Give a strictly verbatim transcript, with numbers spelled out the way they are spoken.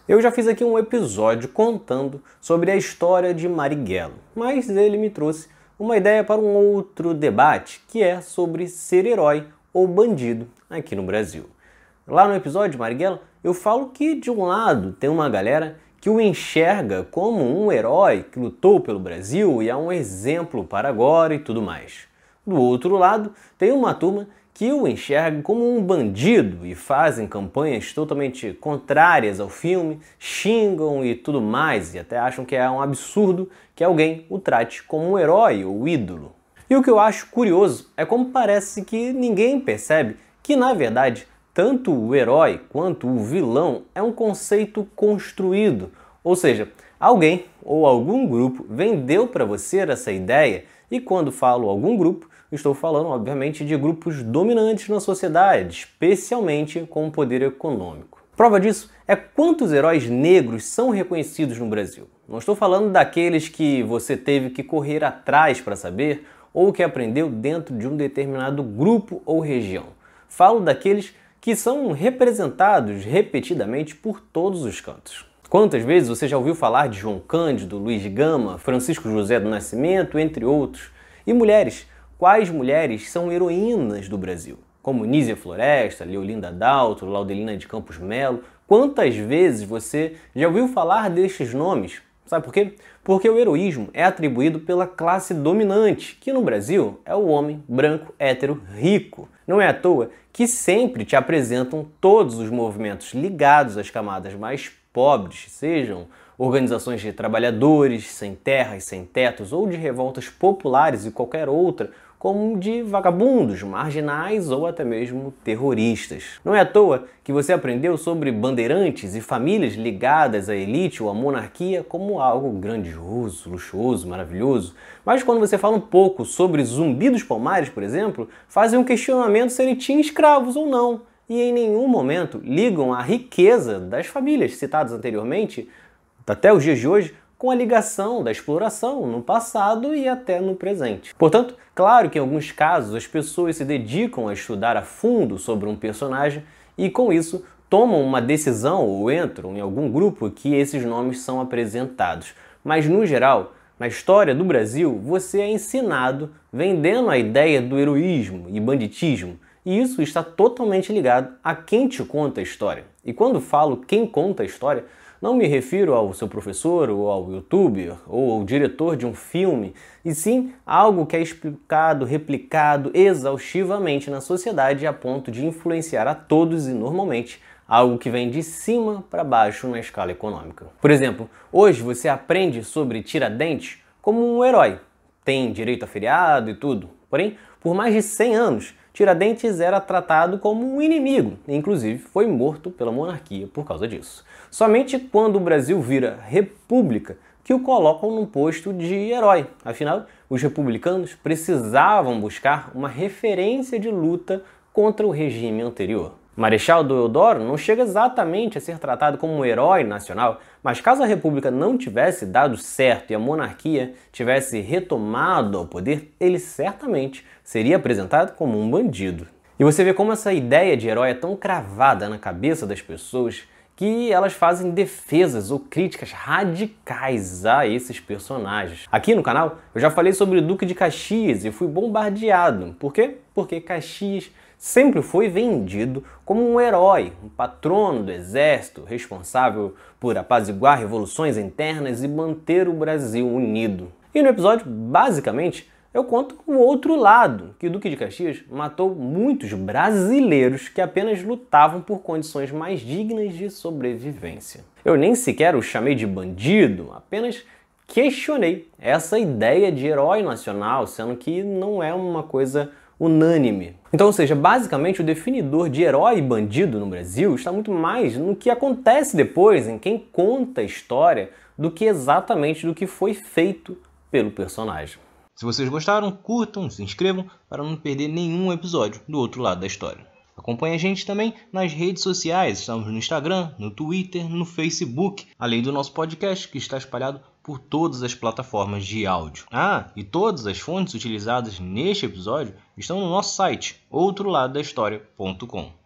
Eu já fiz aqui um episódio contando sobre a história de Marighella, mas ele me trouxe uma ideia para um outro debate, que é sobre ser herói ou bandido aqui no Brasil. Lá no episódio de Marighella, eu falo que de um lado tem uma galera que o enxerga como um herói que lutou pelo Brasil e é um exemplo para agora e tudo mais. Do outro lado, tem uma turma que o enxerga como um bandido e fazem campanhas totalmente contrárias ao filme, xingam e tudo mais, e até acham que é um absurdo que alguém o trate como um herói ou ídolo. E o que eu acho curioso é como parece que ninguém percebe que, na verdade, tanto o herói quanto o vilão é um conceito construído, ou seja, alguém ou algum grupo vendeu para você essa ideia, e quando falo algum grupo, estou falando, obviamente, de grupos dominantes na sociedade, especialmente com o poder econômico. Prova disso é quantos heróis negros são reconhecidos no Brasil. Não estou falando daqueles que você teve que correr atrás para saber ou que aprendeu dentro de um determinado grupo ou região. Falo daqueles que são representados repetidamente por todos os cantos. Quantas vezes você já ouviu falar de João Cândido, Luiz Gama, Francisco José do Nascimento, entre outros? E mulheres? Quais mulheres são heroínas do Brasil? Como Nízia Floresta, Leolinda Daltro, Laudelina de Campos Melo. Quantas vezes você já ouviu falar destes nomes? Sabe por quê? Porque o heroísmo é atribuído pela classe dominante, que no Brasil é o homem branco, hétero, rico. Não é à toa que sempre te apresentam todos os movimentos ligados às camadas mais pobres, sejam organizações de trabalhadores, sem terras, sem tetos, ou de revoltas populares e qualquer outra, como de vagabundos, marginais ou até mesmo terroristas. Não é à toa que você aprendeu sobre bandeirantes e famílias ligadas à elite ou à monarquia como algo grandioso, luxuoso, maravilhoso. Mas quando você fala um pouco sobre Zumbi dos Palmares, por exemplo, fazem um questionamento se ele tinha escravos ou não. E em nenhum momento ligam a riqueza das famílias citadas anteriormente, até os dias de hoje, com a ligação da exploração no passado e até no presente. Portanto, claro que em alguns casos as pessoas se dedicam a estudar a fundo sobre um personagem e com isso tomam uma decisão ou entram em algum grupo que esses nomes são apresentados. Mas no geral, na história do Brasil, você é ensinado vendendo a ideia do heroísmo e banditismo, e isso está totalmente ligado a quem te conta a história. E quando falo quem conta a história, não me refiro ao seu professor, ou ao youtuber, ou ao diretor de um filme, e sim a algo que é explicado, replicado exaustivamente na sociedade a ponto de influenciar a todos e, normalmente, algo que vem de cima para baixo na escala econômica. Por exemplo, hoje você aprende sobre Tiradentes como um herói. Tem direito a feriado e tudo. Porém, por mais de cem anos, Tiradentes era tratado como um inimigo, e inclusive foi morto pela monarquia por causa disso. Somente quando o Brasil vira república que o colocam num posto de herói. Afinal, os republicanos precisavam buscar uma referência de luta contra o regime anterior. Marechal Deodoro não chega exatamente a ser tratado como um herói nacional, mas caso a república não tivesse dado certo e a monarquia tivesse retomado ao poder, ele certamente seria apresentado como um bandido. E você vê como essa ideia de herói é tão cravada na cabeça das pessoas que elas fazem defesas ou críticas radicais a esses personagens. Aqui no canal eu já falei sobre o Duque de Caxias e fui bombardeado. Por quê? Porque Caxias sempre foi vendido como um herói, um patrono do exército, responsável por apaziguar revoluções internas e manter o Brasil unido. E no episódio, basicamente, eu conto o outro lado, que o Duque de Caxias matou muitos brasileiros que apenas lutavam por condições mais dignas de sobrevivência. Eu nem sequer o chamei de bandido, apenas questionei essa ideia de herói nacional, sendo que não é uma coisa unânime. Então, ou seja, basicamente o definidor de herói e bandido no Brasil está muito mais no que acontece depois, em quem conta a história, do que exatamente do que foi feito pelo personagem. Se vocês gostaram, curtam, se inscrevam para não perder nenhum episódio do outro lado da história. Acompanhe a gente também nas redes sociais, estamos no Instagram, no Twitter, no Facebook, além do nosso podcast que está espalhado por todas as plataformas de áudio. Ah, e todas as fontes utilizadas neste episódio estão no nosso site, outro lado da história ponto com.